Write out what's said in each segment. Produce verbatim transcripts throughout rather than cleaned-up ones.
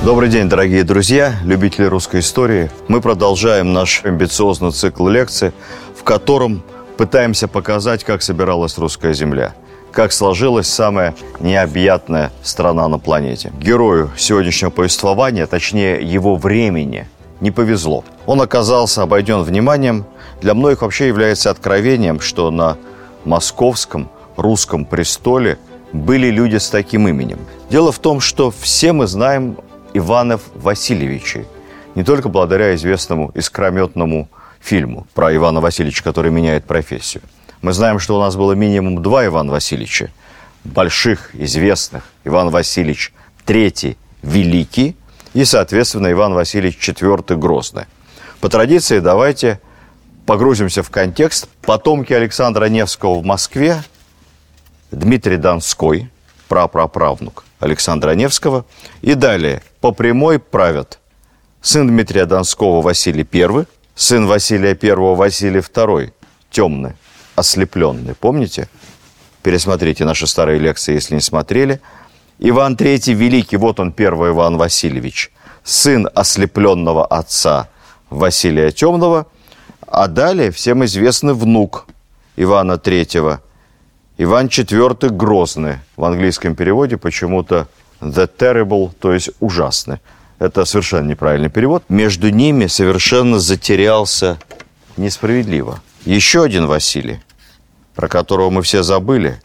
Добрый день, дорогие друзья, любители русской истории. Мы продолжаем наш амбициозный цикл лекций, в котором пытаемся показать, как собиралась русская земля, как сложилась самая необъятная страна на планете. Герою сегодняшнего повествования, точнее его времени, не повезло. Он оказался обойден вниманием. Для многих вообще является откровением, что на московском русском престоле были люди с таким именем. Дело в том, что все мы знаем Иванов Васильевичей, не только благодаря известному искрометному фильму про Ивана Васильевича, который меняет профессию. Мы знаем, что у нас было минимум два Ивана Васильевича, больших, известных. Иван Васильевич третий Великий и, соответственно, Иван Васильевич четвёртый Грозный. По традиции давайте погрузимся в контекст. Потомки Александра Невского в Москве, Дмитрий Донской, прапраправнук Александра Невского, и далее по прямой правят сын Дмитрия Донского Василий Первый, сын Василия Первого Василий Второй, темный, ослепленный. Помните? Пересмотрите наши старые лекции, если не смотрели. Иван Третий Великий, вот он, первый Иван Васильевич, сын ослепленного отца Василия Темного, а далее всем известный внук Ивана Третьего, Иван Четвертый Грозный. В английском переводе почему-то «the terrible», то есть «ужасный». Это совершенно неправильный перевод. Между ними совершенно затерялся несправедливо еще один Василий, про которого мы все забыли.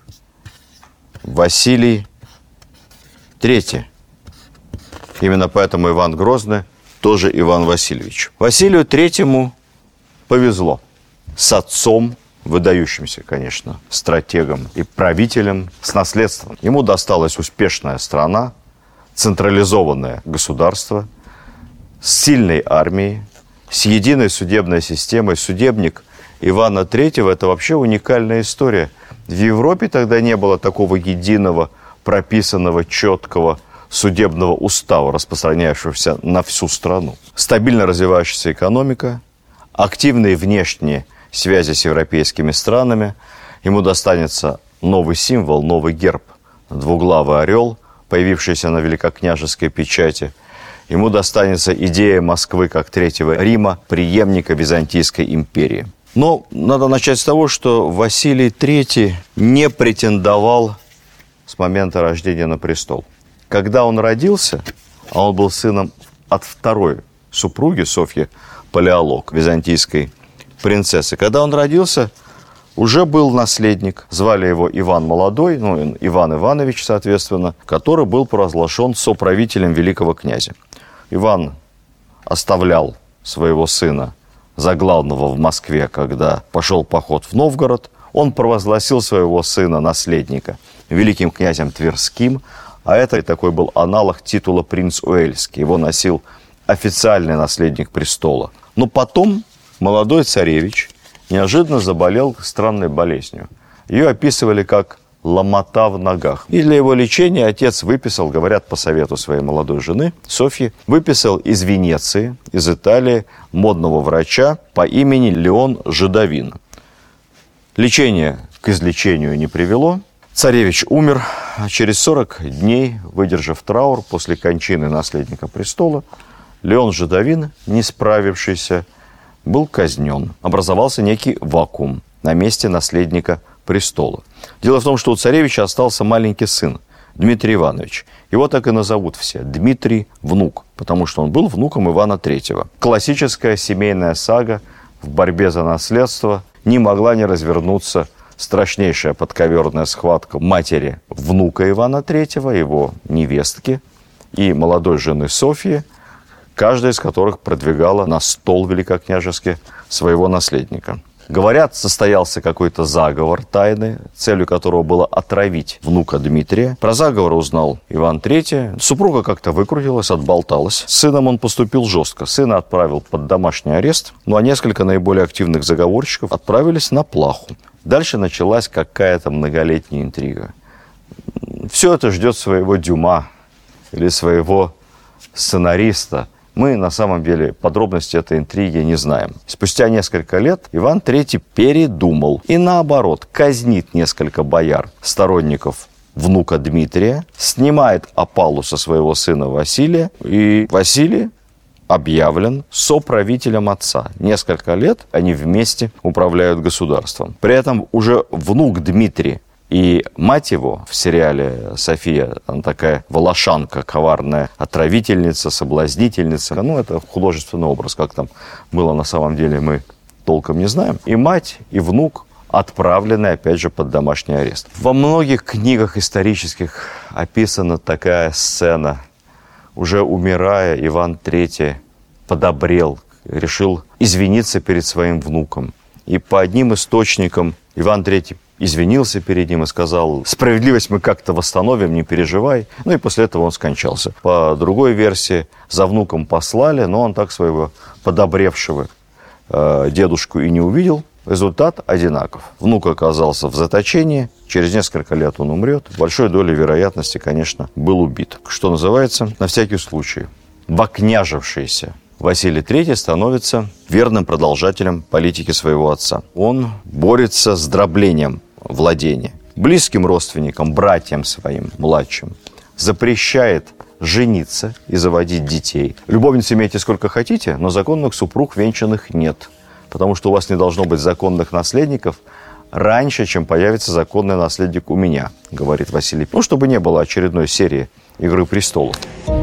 Василий Третий. Именно поэтому Иван Грозный тоже Иван Васильевич. Василию Третьему повезло с отцом, выдающимся, конечно, стратегом и правителем, с наследством. Ему досталась успешная страна, централизованное государство, с сильной армией, с единой судебной системой. Судебник Ивана Третьего – это вообще уникальная история. В Европе тогда не было такого единого, прописанного, четкого судебного устава, распространяющегося на всю страну. Стабильно развивающаяся экономика, активные внешние связи с европейскими странами. Ему достанется новый символ, новый герб, двуглавый орел, появившийся на великокняжеской печати. Ему достанется идея Москвы как Третьего Рима, преемника Византийской империи. Но надо начать с того, что Василий Третий не претендовал с момента рождения на престол. Когда он родился, а он был сыном от второй супруги Софьи Палеолог, византийской принцессы. Когда он родился, уже был наследник. Звали его Иван Молодой, ну, Иван Иванович, соответственно, который был провозглашен соправителем великого князя. Иван оставлял своего сына за главного в Москве, когда пошел поход в Новгород. Он провозгласил своего сына, наследника, великим князем Тверским, а это такой был аналог титула принц Уэльский. Его носил официальный наследник престола. Но потом молодой царевич неожиданно заболел странной болезнью. Ее описывали как ломота в ногах. И для его лечения отец выписал, говорят, по совету своей молодой жены, Софьи, выписал из Венеции, из Италии, модного врача по имени Леон Жидовин. Лечение к излечению не привело. Царевич умер, а через сорок дней, выдержав траур после кончины наследника престола, Леон Жидовин, не справившийся, был казнен. Образовался некий вакуум на месте наследника престола. Дело в том, что у царевича остался маленький сын, Дмитрий Иванович. Его так и назовут все – Дмитрий Внук, потому что он был внуком Ивана Третьего. Классическая семейная сага в борьбе за наследство. Не могла не развернуться страшнейшая подковерная схватка матери внука Ивана Третьего, его невестки и молодой жены Софьи, каждая из которых продвигала на стол великокняжеский своего наследника. Говорят, состоялся какой-то заговор тайный, целью которого было отравить внука Дмитрия. Про заговор узнал Иван Третий. Супруга как-то выкрутилась, отболталась. С сыном он поступил жестко. Сына отправил под домашний арест, ну а несколько наиболее активных заговорщиков отправились на плаху. Дальше началась какая-то многолетняя интрига. Все это ждет своего Дюма или своего сценариста. Мы, на самом деле, подробности этой интриги не знаем. Спустя несколько лет Иван Третий передумал и, наоборот, казнит несколько бояр, сторонников внука Дмитрия, снимает опалу со своего сына Василия, и Василий объявлен соправителем отца. Несколько лет они вместе управляют государством. При этом уже внук Дмитрий и мать его в сериале «София», она такая волошанка, коварная отравительница, соблазнительница. Ну, это художественный образ, как там было на самом деле, мы толком не знаем. И мать, и внук отправлены, опять же, под домашний арест. Во многих книгах исторических описана такая сцена. Уже умирая, Иван Третий подобрел, решил извиниться перед своим внуком. И по одним источникам Иван Третий извинился перед ним и сказал: справедливость мы как-то восстановим, не переживай. Ну и после этого он скончался. По другой версии, за внуком послали, но он так своего подобревшего э, дедушку и не увидел. Результат одинаков. Внук оказался в заточении, через несколько лет он умрет. Большой долей вероятности, конечно, был убит. Что называется, на всякий случай, вокняжившийся Василий Третий становится верным продолжателем политики своего отца. Он борется с дроблением владения. Близким родственникам, братьям своим, младшим, запрещает жениться и заводить детей. Любовниц имейте сколько хотите, но законных супруг венчанных нет. Потому что у вас не должно быть законных наследников раньше, чем появится законный наследник у меня, говорит Василий. Ну, чтобы не было очередной серии «Игры престолов».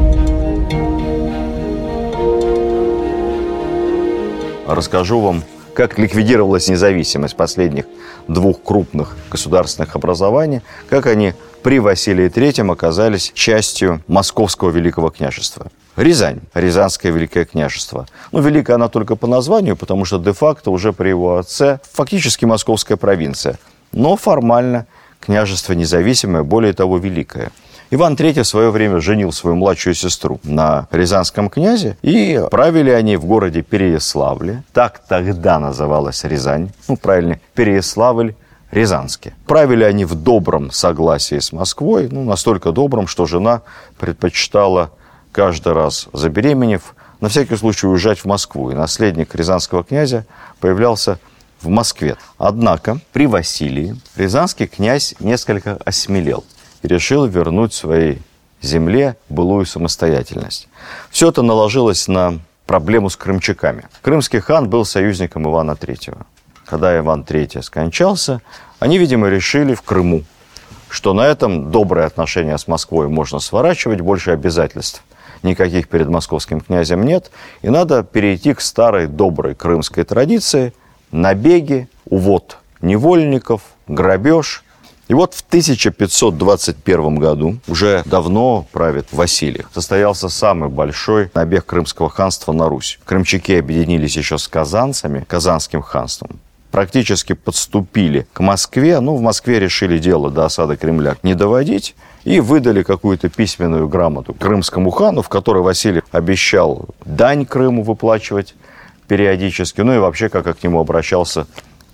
Расскажу вам, как ликвидировалась независимость последних двух крупных государственных образований, как они при Василии Третьем оказались частью Московского Великого княжества. Рязань, Рязанское Великое княжество. Ну, великое она только по названию, потому что де-факто уже при его отце фактически московская провинция. Но формально княжество независимое, более того, великое. Иван Третий в свое время женил свою младшую сестру на рязанском князе, и правили они в городе Переяславле. Так тогда называлась Рязань. Ну, правильно, Переяславль, Рязанский. Правили они в добром согласии с Москвой, ну, настолько добром, что жена предпочитала каждый раз, забеременев, на всякий случай уезжать в Москву. И наследник рязанского князя появлялся в Москве. Однако при Василии рязанский князь несколько осмелел и решил вернуть своей земле былую самостоятельность. Все это наложилось на проблему с крымчаками. Крымский хан был союзником Ивана Третьего. Когда Иван Третий скончался, они, видимо, решили в Крыму, что на этом добрые отношения с Москвой можно сворачивать, больше обязательств никаких перед московским князем нет, и надо перейти к старой доброй крымской традиции: набеги, увод невольников, грабеж. И вот в тысяча пятьсот двадцать первом году, уже давно правит Василий, состоялся самый большой набег Крымского ханства на Русь. Крымчаки объединились еще с казанцами, Казанским ханством, практически подступили к Москве. Ну, в Москве решили дело до осады Кремля не доводить и выдали какую-то письменную грамоту крымскому хану, в которой Василий обещал дань Крыму выплачивать периодически, ну и вообще как к нему обращался,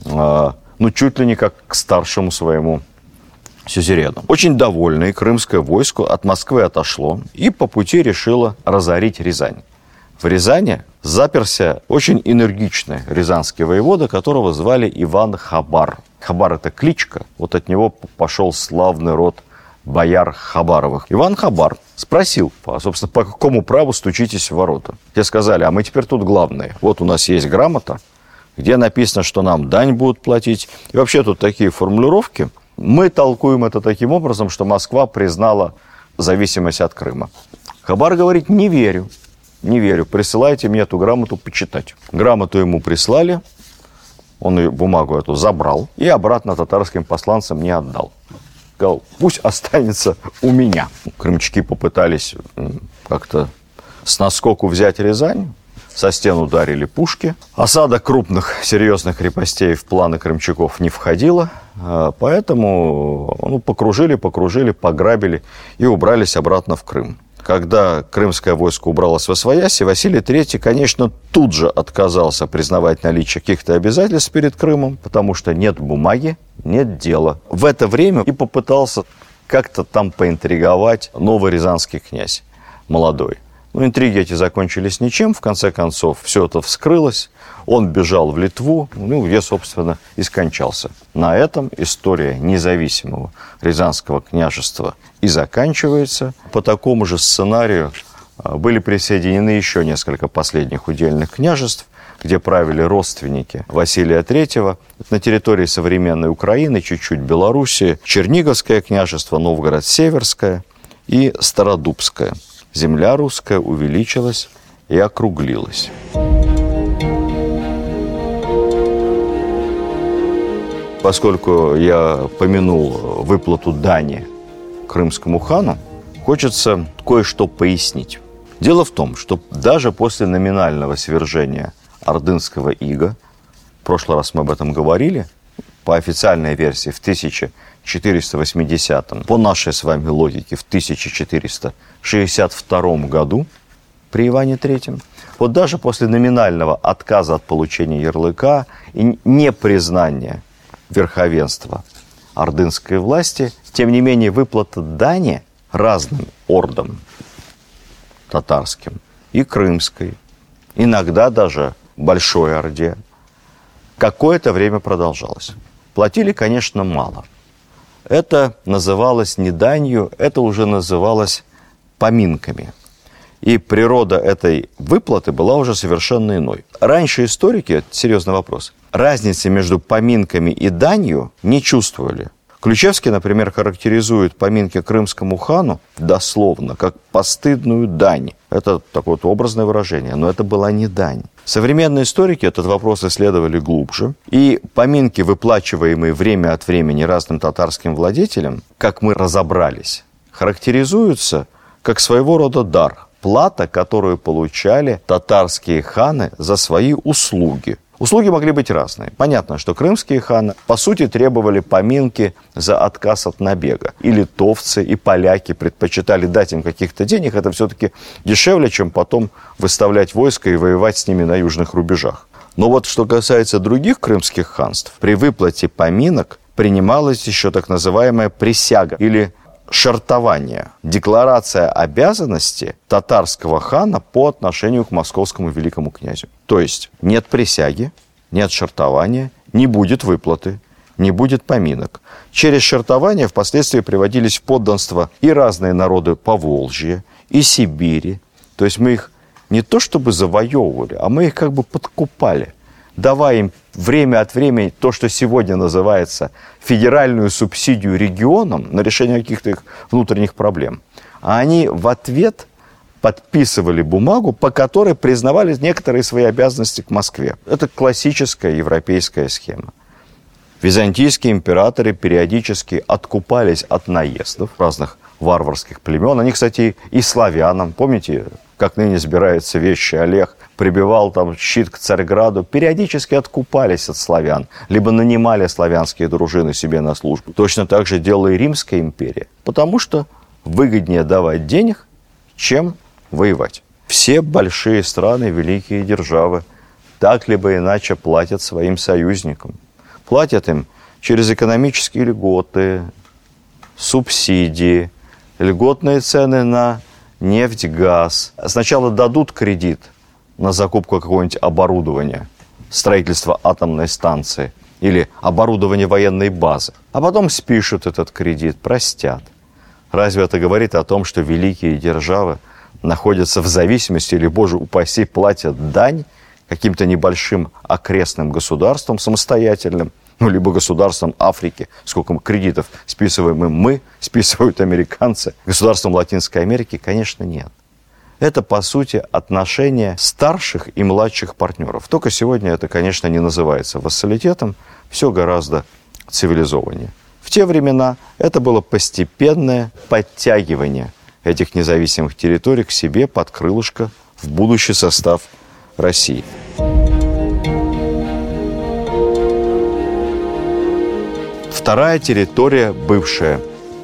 э, ну, чуть ли не как к старшему своему сюзерену. Очень довольное крымское войско от Москвы отошло и по пути решило разорить Рязань. В Рязани заперся очень энергичный рязанский воевода, которого звали Иван Хабар. Хабар – это кличка, вот от него пошел славный род бояр Хабаровых. Иван Хабар спросил, собственно, по какому праву стучитесь в ворота. Те сказали: а мы теперь тут главные. Вот у нас есть грамота, где написано, что нам дань будут платить. И вообще тут такие формулировки. Мы толкуем это таким образом, что Москва признала зависимость от Крыма. Хабар говорит: не верю. Не верю, присылайте мне эту грамоту почитать. Грамоту ему прислали, он ее, бумагу эту забрал и обратно татарским посланцам не отдал. Сказал: пусть останется у меня. Крымчаки попытались как-то с наскоку взять Рязань, со стен ударили пушки. Осада крупных серьезных крепостей в планы крымчаков не входила, поэтому ну, покружили, покружили, пограбили и убрались обратно в Крым. Когда крымское войско убралось восвояси, Василий Третий, конечно, тут же отказался признавать наличие каких-то обязательств перед Крымом, потому что нет бумаги, нет дела. В это время и попытался как-то там поинтриговать новый рязанский князь, молодой. Но интриги эти закончились ничем. В конце концов, все это вскрылось. Он бежал в Литву, ну, где, собственно, и скончался. На этом история независимого Рязанского княжества и заканчивается. По такому же сценарию были присоединены еще несколько последних удельных княжеств, где правили родственники Василия Третьего. На территории современной Украины, чуть-чуть Белоруссии, Черниговское княжество, Новгород-Северское и Стародубское. Земля русская увеличилась и округлилась. Поскольку я помянул выплату дани крымскому хану, хочется кое-что пояснить. Дело в том, что даже после номинального свержения ордынского ига, в прошлый раз мы об этом говорили, по официальной версии в тысяча четыреста восьмидесятом, по нашей с вами логике в тысяча четыреста шестьдесят втором году при Иване Третьем, вот даже после номинального отказа от получения ярлыка и непризнания верховенства ордынской власти, тем не менее выплата дани разным ордам татарским и крымской, иногда даже Большой Орде, какое-то время продолжалось. Платили, конечно, мало. Это называлось не данью, это уже называлось поминками. И природа этой выплаты была уже совершенно иной. Раньше историки, это серьезный вопрос, разницы между поминками и данью не чувствовали. Ключевский, например, характеризует поминки крымскому хану дословно как постыдную дань. Это такое вот образное выражение, но это была не дань. Современные историки этот вопрос исследовали глубже, и поминки, выплачиваемые время от времени разным татарским владетелям, как мы разобрались, характеризуются как своего рода дар, плата, которую получали татарские ханы за свои услуги. Услуги могли быть разные. Понятно, что крымские ханы, по сути, требовали поминки за отказ от набега. И литовцы, и поляки предпочитали дать им каких-то денег. Это все-таки дешевле, чем потом выставлять войско и воевать с ними на южных рубежах. Но вот что касается других крымских ханств, при выплате поминок принималась еще так называемая присяга или шартование, декларация обязанности татарского хана по отношению к московскому великому князю. То есть нет присяги, нет шартования, не будет выплаты, не будет поминок. Через шартование впоследствии приводились в подданство и разные народы Поволжья, и Сибири. То есть мы их не то чтобы завоевывали, а мы их как бы подкупали, давая им время от времени то, что сегодня называется федеральную субсидию регионам на решение каких-то их внутренних проблем. А они в ответ подписывали бумагу, по которой признавали некоторые свои обязанности к Москве. Это классическая европейская схема. Византийские императоры периодически откупались от наездов разных варварских племен. Они, кстати, и славянам, помните, как ныне сбирается вещи Олег, прибивал там щит к Царьграду, периодически откупались от славян, либо нанимали славянские дружины себе на службу. Точно так же делала и Римская империя, потому что выгоднее давать денег, чем воевать. Все большие страны, великие державы, так либо иначе платят своим союзникам. Платят им через экономические льготы, субсидии, льготные цены на нефть, газ. Сначала дадут кредит на закупку какого-нибудь оборудования, строительство атомной станции или оборудование военной базы, а потом спишут этот кредит, простят. Разве это говорит о том, что великие державы находятся в зависимости или, боже упаси, платят дань каким-то небольшим окрестным государствам самостоятельным, ну, либо государствам Африки, сколько кредитов списываем им мы, списывают американцы. Государствам Латинской Америки, конечно, нет. Это, по сути, отношения старших и младших партнеров. Только сегодня это, конечно, не называется вассалитетом, все гораздо цивилизованнее. В те времена это было постепенное подтягивание этих независимых территорий к себе под крылышко в будущий состав России. Вторая территория, бывшая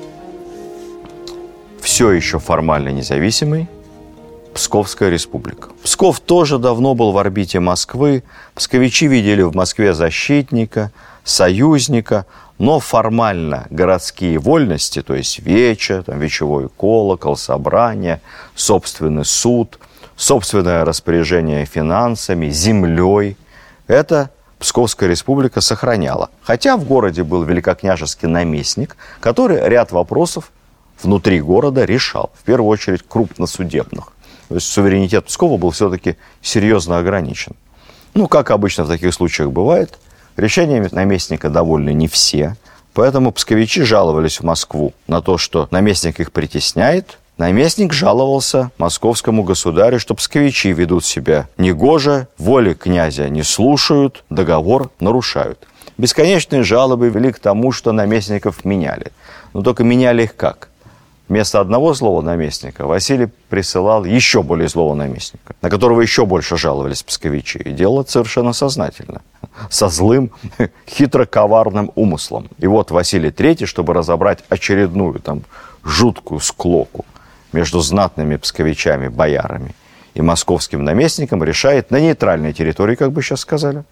все еще формально независимой, Псковская республика. Псков тоже давно был в орбите Москвы. Псковичи видели в Москве защитника, союзника, но формально городские вольности, то есть вече, там, вечевой колокол, собрание, собственный суд, собственное распоряжение финансами, землей, это Псковская республика сохраняла. Хотя в городе был великокняжеский наместник, который ряд вопросов внутри города решал, в первую очередь крупносудебных. То есть суверенитет Пскова был все-таки серьезно ограничен. Ну, как обычно в таких случаях бывает, решениями наместника довольны не все, поэтому псковичи жаловались в Москву на то, что наместник их притесняет. Наместник жаловался московскому государю, что псковичи ведут себя негоже, воли князя не слушают, договор нарушают. Бесконечные жалобы вели к тому, что наместников меняли. Но только меняли их как? Вместо одного злого наместника Василий присылал еще более злого наместника, на которого еще больше жаловались псковичи. И делал это совершенно сознательно, со злым, хитро-коварным умыслом. И вот Василий Третий, чтобы разобрать очередную там жуткую склоку между знатными псковичами, боярами и московским наместником, решает на нейтральной территории, как бы сейчас сказали,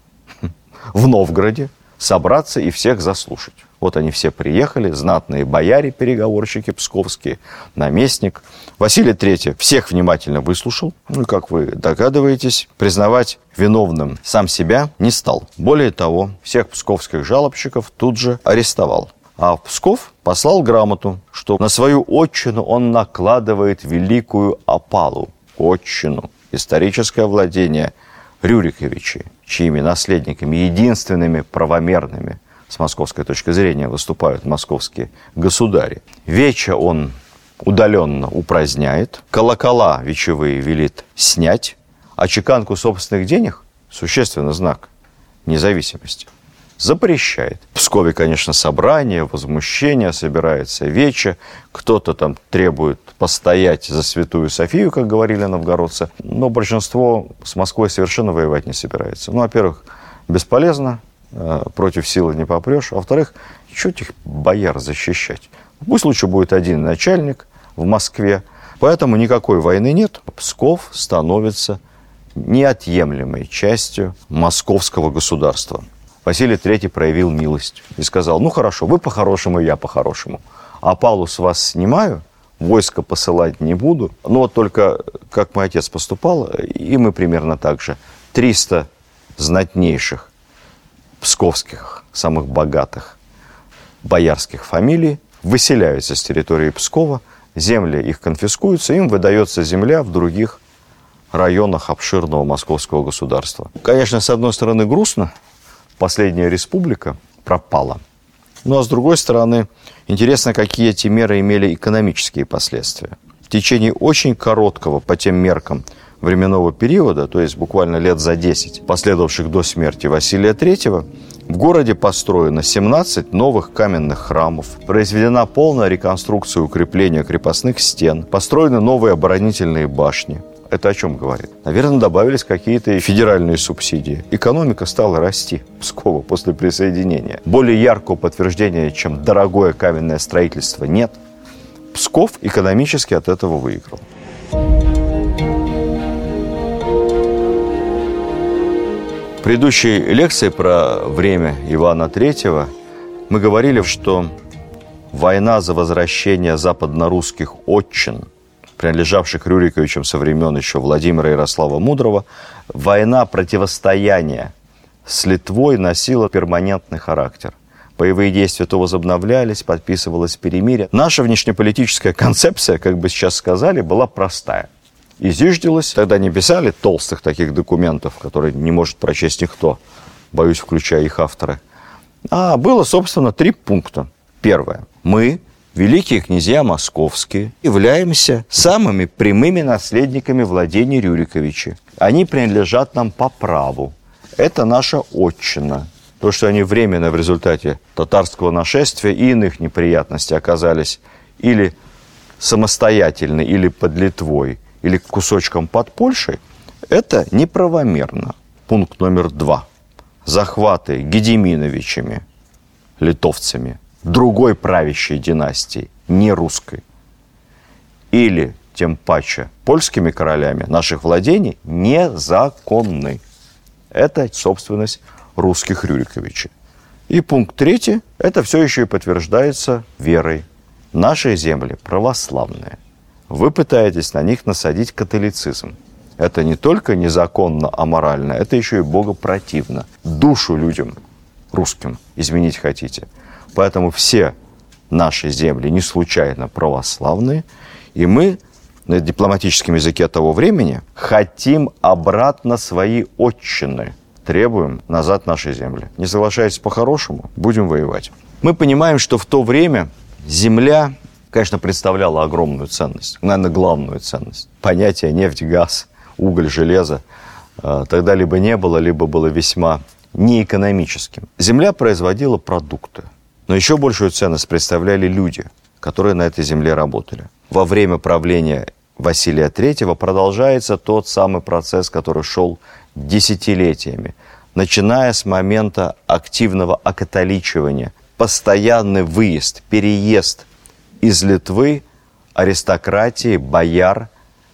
в Новгороде, собраться и всех заслушать. Вот они все приехали, знатные бояре, переговорщики псковские, наместник. Василий Третий всех внимательно выслушал. Ну и, как вы догадываетесь, признавать виновным сам себя не стал. Более того, всех псковских жалобщиков тут же арестовал. А в Псков послал грамоту, что на свою отчину он накладывает великую опалу. Отчину, историческое владение Рюриковичей, чьими наследниками, единственными правомерными с московской точки зрения выступают московские государи. Веча он удаленно упраздняет, колокола вечевые велит снять, а чеканку собственных денег, существенный знак независимости, запрещает. В Пскове, конечно, собрание, возмущение, собирается вече, кто-то там требует постоять за Святую Софию, как говорили новгородцы, но большинство с Москвой совершенно воевать не собирается. Ну, во-первых, бесполезно, против силы не попрешь, а во-вторых, что этих бояр защищать? Пусть лучше будет один начальник в Москве, поэтому никакой войны нет. Псков становится неотъемлемой частью московского государства. Василий Третий проявил милость и сказал: ну хорошо, вы по-хорошему, я по-хорошему. Опалу с вас снимаю, войско посылать не буду. Но вот только, как мой отец поступал, и мы примерно так же. триста знатнейших псковских, самых богатых боярских фамилий выселяются с территории Пскова, земли их конфискуются, им выдается земля в других районах обширного московского государства. Конечно, с одной стороны, грустно, последняя республика пропала. Ну, а с другой стороны, интересно, какие эти меры имели экономические последствия. В течение очень короткого, по тем меркам, временного периода, то есть буквально лет за десять, последовавших до смерти Василия Третьего, в городе построено семнадцать новых каменных храмов, произведена полная реконструкция и укрепление крепостных стен, построены новые оборонительные башни. Это о чем говорит? Наверное, добавились какие-то федеральные субсидии. Экономика стала расти Пскова после присоединения. Более яркого подтверждения, чем дорогое каменное строительство, нет. Псков экономически от этого выиграл. В предыдущей лекции про время Ивана Третьего мы говорили, что война за возвращение западнорусских отчин, принадлежавших Рюриковичам со времен еще Владимира Ярослава Мудрого, война противостояния с Литвой носила перманентный характер. Боевые действия то возобновлялись, подписывалось перемирие. Наша внешнеполитическая концепция, как бы сейчас сказали, была простая. И зиждилась, тогда не писали толстых таких документов, которые не может прочесть никто, боюсь, включая их авторы. А было, собственно, три пункта. Первое. Мы, великие князья московские, являемся самыми прямыми наследниками владений Рюриковичей. Они принадлежат нам по праву. Это наша отчина. То, что они временно в результате татарского нашествия и иных неприятностей оказались или самостоятельны, или под Литвой, или кусочком под Польшей, это неправомерно. Пункт номер два. Захваты Гедеминовичами, литовцами, другой правящей династии, не русской, или, тем паче, польскими королями наших владений незаконны. Это собственность русских Рюриковичей. И пункт третий, это все еще и подтверждается верой. Наши земли православные. Вы пытаетесь на них насадить католицизм. Это не только незаконно, аморально, это еще и богопротивно. Душу людям, русским, изменить хотите. Поэтому все наши земли не случайно православные. И мы на дипломатическом языке того времени хотим обратно свои отчины. Требуем назад наши земли. Не соглашайтесь по-хорошему, будем воевать. Мы понимаем, что в то время земля, конечно, представляла огромную ценность. Наверное, главную ценность. Понятие нефть, газ, уголь, железо тогда либо не было, либо было весьма неэкономическим. Земля производила продукты. Но еще большую ценность представляли люди, которые на этой земле работали. Во время правления Василия третьего продолжается тот самый процесс, который шел десятилетиями, начиная с момента активного окатоличивания, постоянный выезд, переезд из Литвы аристократии, бояр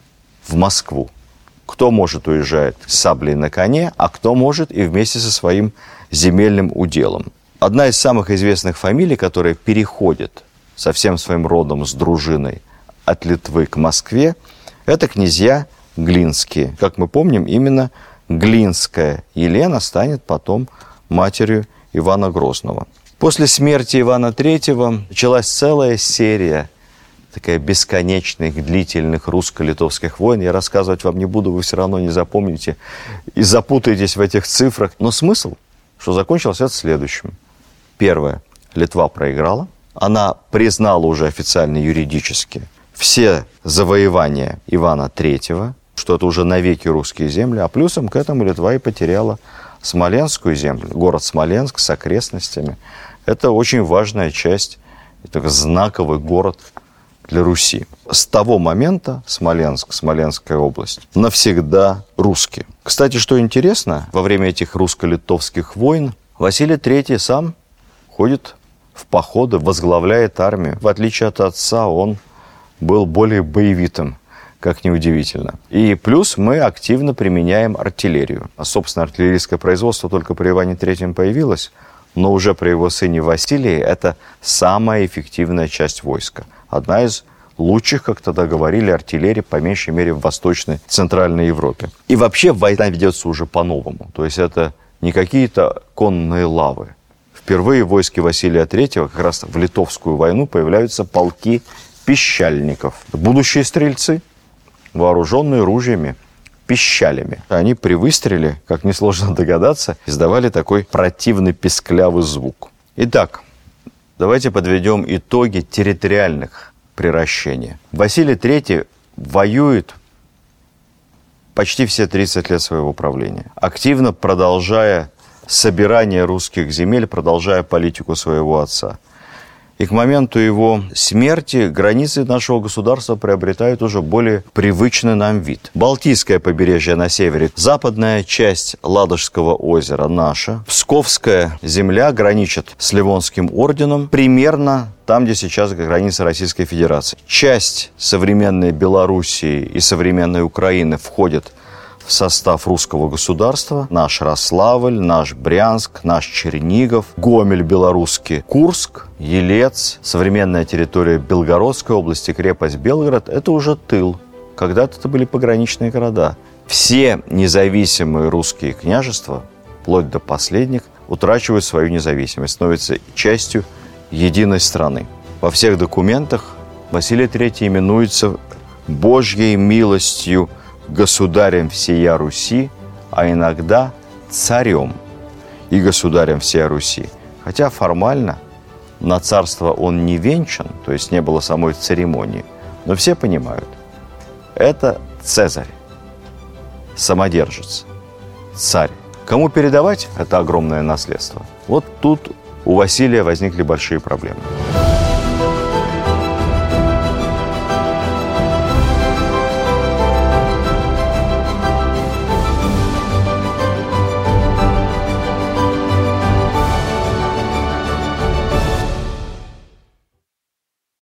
в Москву. Кто может, уезжает с саблей на коне, а кто может и вместе со своим земельным уделом. Одна из самых известных фамилий, которая переходит со всем своим родом с дружиной от Литвы к Москве, это князья Глинские. Как мы помним, именно Глинская Елена станет потом матерью Ивана Грозного. После смерти Ивана третьего началась целая серия такая бесконечных, длительных русско-литовских войн. Я рассказывать вам не буду, вы все равно не запомните и запутаетесь в этих цифрах. Но смысл, что закончилось это следующим. Первое. Литва проиграла. Она признала уже официально юридически все завоевания Ивана третьего, что это уже навеки русские земли, а плюсом к этому Литва и потеряла Смоленскую землю, город Смоленск с окрестностями. Это очень важная часть, это знаковый город для Руси. С того момента Смоленск, Смоленская область, навсегда русские. Кстати, что интересно, во время этих русско-литовских войн Василий третий сам ходит в походы, возглавляет армию. В отличие от отца, он был более боевитым, как ни удивительно. И плюс мы активно применяем артиллерию. А, собственно, артиллерийское производство только при Иване третьем появилось, но уже при его сыне Василии это самая эффективная часть войска. Одна из лучших, как тогда говорили, артиллерий, по меньшей мере, в Восточной, Центральной Европе. И вообще война ведется уже по-новому. То есть это не какие-то конные лавы. Впервые в войске Василия третьего как раз в Литовскую войну появляются полки пищальников. Будущие стрельцы, вооруженные ружьями, пищалями. Они при выстреле, как несложно догадаться, издавали такой противный писклявый звук. Итак, давайте подведем итоги территориальных приращений. Василий третий воюет почти все тридцать лет своего правления, активно продолжая собирание русских земель, продолжая политику своего отца. И к моменту его смерти границы нашего государства приобретают уже более привычный нам вид. Балтийское побережье на севере, западная часть Ладожского озера наша, Псковская земля граничит с Ливонским орденом, примерно там, где сейчас граница Российской Федерации. Часть современной Белоруссии и современной Украины входит в состав русского государства. Наш Рославль, наш Брянск, наш Чернигов, Гомель белорусский, Курск, Елец, современная территория Белгородской области, крепость Белгород – это уже тыл. Когда-то это были пограничные города. Все независимые русские княжества, вплоть до последних, утрачивают свою независимость, становятся частью единой страны. Во всех документах Василий третий именуется Божьей милостью государем всея Руси, а иногда царем и государем всея Руси. Хотя формально на царство он не венчан, то есть не было самой церемонии, но все понимают, это Цезарь, самодержец, царь. Кому передавать это огромное наследство? Вот тут у Василия возникли большие проблемы.